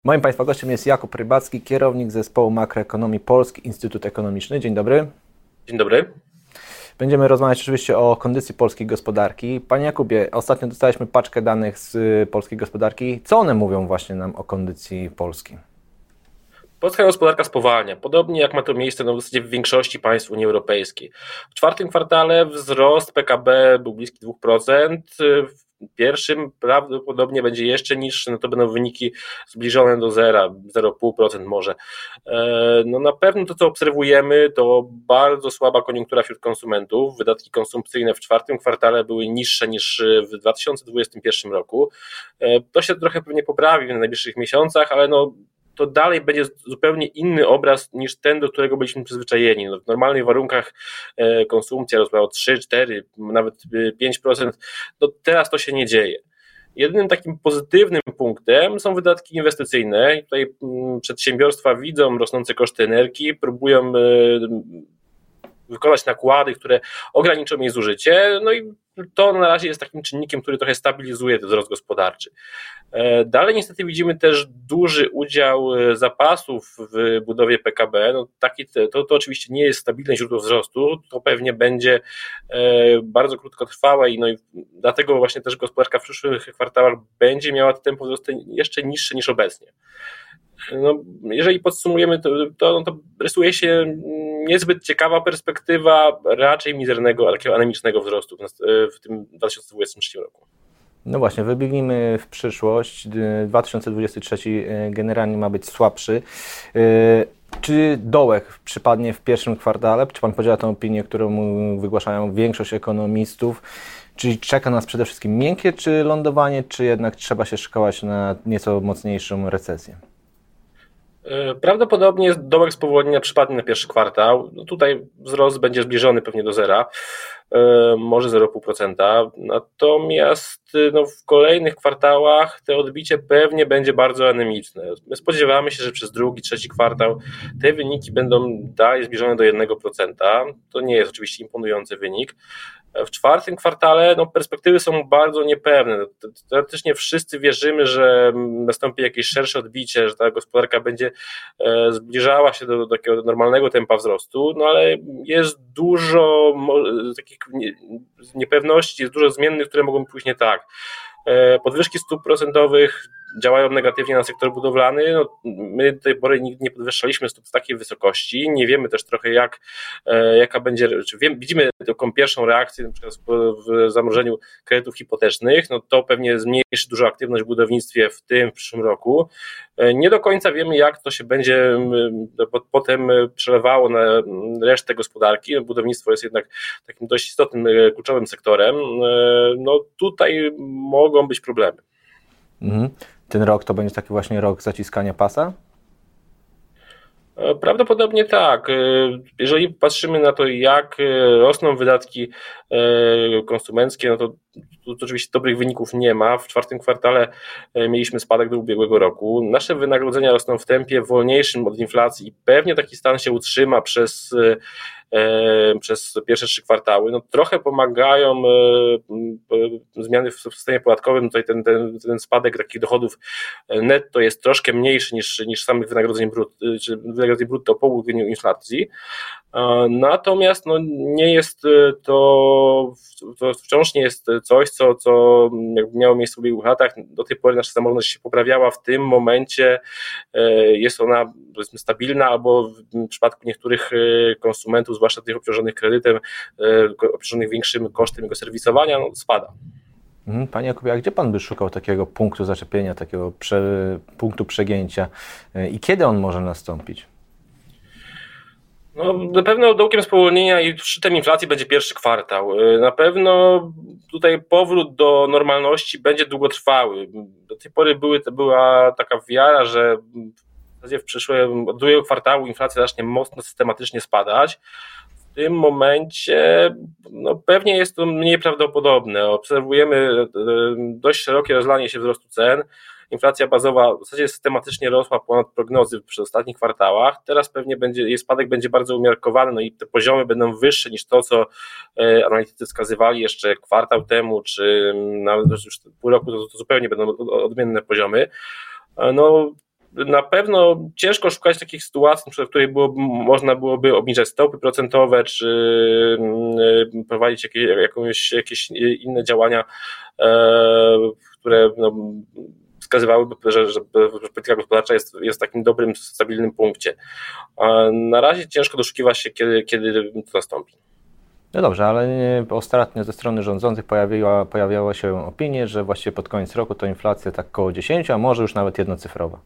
Moim Państwa gościem jest Jakub Rybacki, kierownik zespołu makroekonomii Polski Instytut Ekonomiczny. Dzień dobry. Dzień dobry. Będziemy rozmawiać oczywiście o kondycji polskiej gospodarki. Panie Jakubie, ostatnio dostaliśmy paczkę danych z polskiej gospodarki. Co one mówią właśnie nam o kondycji Polski? Polska gospodarka spowalnia, podobnie jak ma to miejsce w zasadzie w większości państw Unii Europejskiej. W czwartym kwartale wzrost PKB był bliski 2%, w pierwszym prawdopodobnie będzie jeszcze niższy, no to będą wyniki zbliżone do zera, 0,5% może. No na pewno to, co obserwujemy, to bardzo słaba koniunktura wśród konsumentów. Wydatki konsumpcyjne w czwartym kwartale były niższe niż w 2021 roku. To się trochę pewnie poprawi w najbliższych miesiącach, ale to dalej będzie zupełnie inny obraz niż ten, do którego byliśmy przyzwyczajeni. W normalnych warunkach konsumpcja rosła o 3, 4, nawet 5%. Teraz to się nie dzieje. Jedynym takim pozytywnym punktem są wydatki inwestycyjne. Tutaj przedsiębiorstwa widzą rosnące koszty energii, próbują wykonać nakłady, które ograniczą jej zużycie, no i to na razie jest takim czynnikiem, który trochę stabilizuje ten wzrost gospodarczy. Dalej niestety widzimy też duży udział zapasów w budowie PKB. To oczywiście nie jest stabilne źródło wzrostu, to pewnie będzie bardzo krótkotrwałe i dlatego właśnie też gospodarka w przyszłych kwartałach będzie miała tempo wzrostu jeszcze niższe niż obecnie. Jeżeli podsumujemy, to rysuje się niezbyt ciekawa perspektywa raczej mizernego, takiego anemicznego wzrostu w tym 2023 roku. No właśnie, wybiegnijmy w przyszłość. 2023 generalnie ma być słabszy. Czy dołek przypadnie w pierwszym kwartale? Czy Pan podziela tę opinię, którą wygłaszają większość ekonomistów? Czyli czeka nas przede wszystkim miękkie czy lądowanie, czy jednak trzeba się szykować na nieco mocniejszą recesję? Prawdopodobnie dołek spowolnienia przypadnie na pierwszy kwartał. Tutaj wzrost będzie zbliżony pewnie do zera, może 0,5%. Natomiast w kolejnych kwartałach to odbicie pewnie będzie bardzo anemiczne. My spodziewamy się, że przez drugi, trzeci kwartał te wyniki będą dalej zbliżone do 1%. To nie jest oczywiście imponujący wynik. W czwartym kwartale perspektywy są bardzo niepewne. Teoretycznie wszyscy wierzymy, że nastąpi jakieś szersze odbicie, że ta gospodarka będzie zbliżała się do takiego normalnego tempa wzrostu, ale jest dużo takich niepewności, jest dużo zmiennych, które mogą pójść nie tak. Podwyżki stóp procentowych działają negatywnie na sektor budowlany. My do tej pory nigdy nie podwyższaliśmy stóp w takiej wysokości. Nie wiemy też trochę jaka będzie, widzimy taką pierwszą reakcję na przykład w zamrożeniu kredytów hipotecznych. To pewnie zmniejszy dużo aktywność w budownictwie w przyszłym roku. Nie do końca wiemy, jak to się będzie potem przelewało na resztę gospodarki. Budownictwo jest jednak takim dość istotnym, kluczowym sektorem. Tutaj mogą być problemy. Ten rok to będzie taki właśnie rok zaciskania pasa? Prawdopodobnie tak. Jeżeli patrzymy na to, jak rosną wydatki konsumenckie, to oczywiście dobrych wyników nie ma. W czwartym kwartale mieliśmy spadek do ubiegłego roku. Nasze wynagrodzenia rosną w tempie wolniejszym od inflacji i pewnie taki stan się utrzyma przez pierwsze 3 kwartały. Trochę pomagają zmiany w systemie podatkowym. Tutaj ten spadek takich dochodów netto jest troszkę mniejszy niż samych wynagrodzeń brutto po ułatwieniu inflacji. Natomiast nie jest to wciąż nie jest coś, co jakby miało miejsce w ubiegłych latach. Do tej pory nasza zamożność się poprawiała. W tym momencie jest ona, powiedzmy, stabilna, albo w przypadku niektórych konsumentów, zwłaszcza tych obciążonych kredytem, obciążonych większym kosztem jego serwisowania, spada. Panie Jakubie, a gdzie Pan by szukał takiego punktu zaczepienia, takiego punktu przegięcia i kiedy on może nastąpić? Na pewno dołkiem spowolnienia i szczytem inflacji będzie pierwszy kwartał. Na pewno tutaj powrót do normalności będzie długotrwały. Do tej pory była taka wiara, że w zasadzie od drugiego kwartału inflacja zacznie mocno systematycznie spadać. W tym momencie pewnie jest to mniej prawdopodobne. Obserwujemy dość szerokie rozlanie się wzrostu cen. Inflacja bazowa w zasadzie systematycznie rosła ponad prognozy przez ostatnich kwartałach. Teraz pewnie jej spadek będzie bardzo umiarkowany, i te poziomy będą wyższe niż to, co analitycy wskazywali jeszcze kwartał temu, czy nawet już pół roku, to zupełnie będą odmienne poziomy. na pewno ciężko szukać takich sytuacji, w której można byłoby obniżać stopy procentowe, czy prowadzić jakieś inne działania, które wskazywałyby, że polityka gospodarcza jest w takim dobrym, stabilnym punkcie. A na razie ciężko doszukiwać się, kiedy to nastąpi. No dobrze, ale ostatnio ze strony rządzących pojawiały się opinie, że właściwie pod koniec roku to inflacja tak koło 10, a może już nawet jednocyfrowa.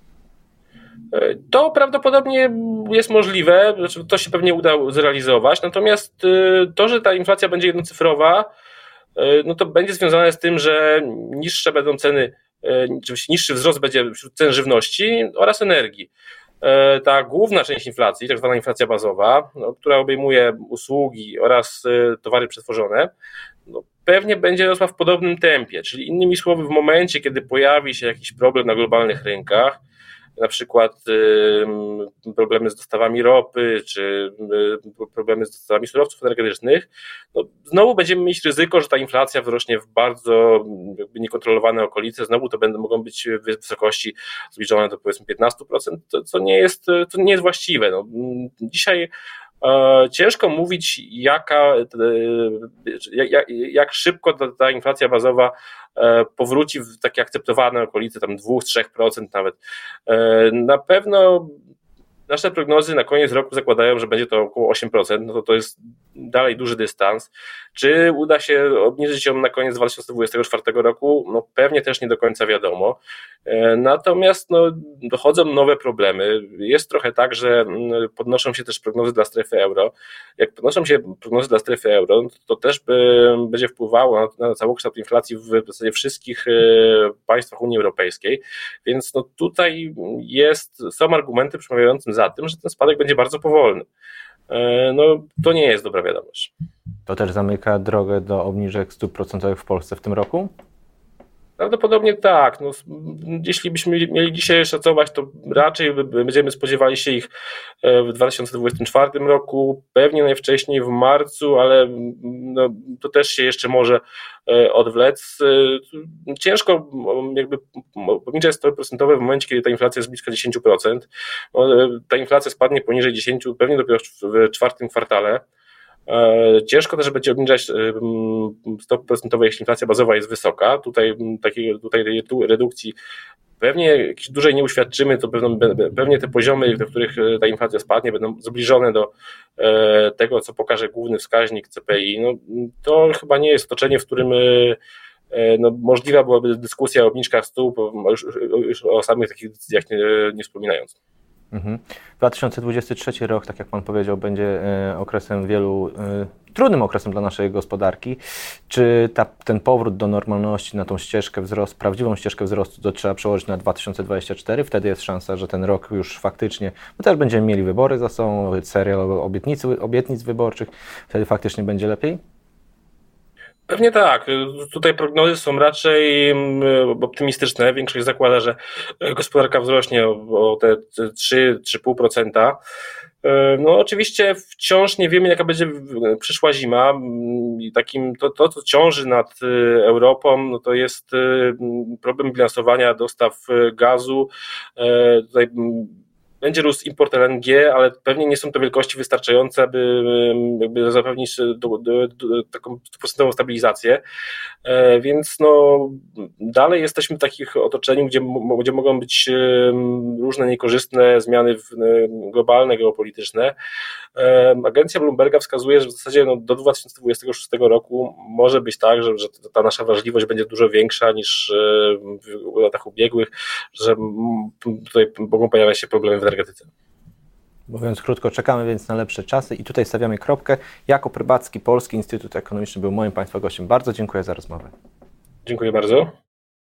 To prawdopodobnie jest możliwe, to się pewnie uda zrealizować, natomiast to, że ta inflacja będzie jednocyfrowa, no to będzie związane z tym, że niższe będą ceny, niższy wzrost będzie wśród cen żywności oraz energii. Ta główna część inflacji, tak zwana inflacja bazowa, która obejmuje usługi oraz towary przetworzone, pewnie będzie rosła w podobnym tempie, czyli innymi słowy, w momencie, kiedy pojawi się jakiś problem na globalnych rynkach, na przykład problemy z dostawami ropy, czy problemy z dostawami surowców energetycznych, znowu będziemy mieć ryzyko, że ta inflacja wyrośnie w bardzo niekontrolowane okolice, znowu to mogą być wysokości zbliżone do powiedzmy 15%, co nie jest właściwe. Dzisiaj ciężko mówić, jak szybko ta inflacja bazowa powróci w takie akceptowane okolice, tam 2-3% nawet. Na pewno nasze prognozy na koniec roku zakładają, że będzie to około 8%, to jest dalej duży dystans. Czy uda się obniżyć ją na koniec 2024 roku? Pewnie też nie do końca wiadomo. Natomiast dochodzą nowe problemy. Jest trochę tak, że podnoszą się też prognozy dla strefy euro. Jak podnoszą się prognozy dla strefy euro, to też będzie wpływało na całokształt inflacji w zasadzie wszystkich państwach Unii Europejskiej. Więc tutaj są argumenty przemawiające za tym, że ten spadek będzie bardzo powolny. To nie jest dobra wiadomość. To też zamyka drogę do obniżek stóp procentowych w Polsce w tym roku? Prawdopodobnie tak. Jeśli byśmy mieli dzisiaj szacować, to raczej będziemy spodziewali się ich w 2024 roku, pewnie najwcześniej w marcu, ale to też się jeszcze może odwlec. Ciężko obniżać stopy procentowe w momencie, kiedy ta inflacja jest bliska 10%. Ta inflacja spadnie poniżej 10%, pewnie dopiero w czwartym kwartale. Ciężko też będzie obniżać stopy procentowe, jeśli inflacja bazowa jest wysoka. Tutaj redukcji pewnie jakiejś dużej nie uświadczymy, to pewnie te poziomy, do których ta inflacja spadnie, będą zbliżone do tego, co pokaże główny wskaźnik CPI. To chyba nie jest otoczenie, w którym możliwa byłaby dyskusja o obniżkach stóp, już o samych takich decyzjach nie wspominając. 2023 rok, tak jak Pan powiedział, będzie okresem trudnym okresem dla naszej gospodarki. Czy ten powrót do normalności na tą ścieżkę wzrostu, prawdziwą ścieżkę wzrostu, to trzeba przełożyć na 2024? Wtedy jest szansa, że ten rok już faktycznie, bo też będziemy mieli wybory za sobą, serial obietnic wyborczych, wtedy faktycznie będzie lepiej? Pewnie tak. Tutaj prognozy są raczej optymistyczne. Większość zakłada, że gospodarka wzrośnie o te 3,5%. Oczywiście wciąż nie wiemy, jaka będzie przyszła zima. I to, co ciąży nad Europą, to jest problem bilansowania dostaw gazu. Tutaj będzie rósł import LNG, ale pewnie nie są to wielkości wystarczające, aby zapewnić taką procentową stabilizację. Więc dalej jesteśmy w takich otoczeniu, gdzie mogą być różne niekorzystne zmiany globalne, geopolityczne. Agencja Bloomberga wskazuje, że w zasadzie do 2026 roku może być tak, że ta nasza wrażliwość będzie dużo większa niż w latach ubiegłych, że tutaj mogą pojawiać się problemy w energetyce. Mówiąc krótko, czekamy więc na lepsze czasy i tutaj stawiamy kropkę. Jakub Rybacki, Polski Instytut Ekonomiczny był moim Państwa gościem. Bardzo dziękuję za rozmowę. Dziękuję bardzo.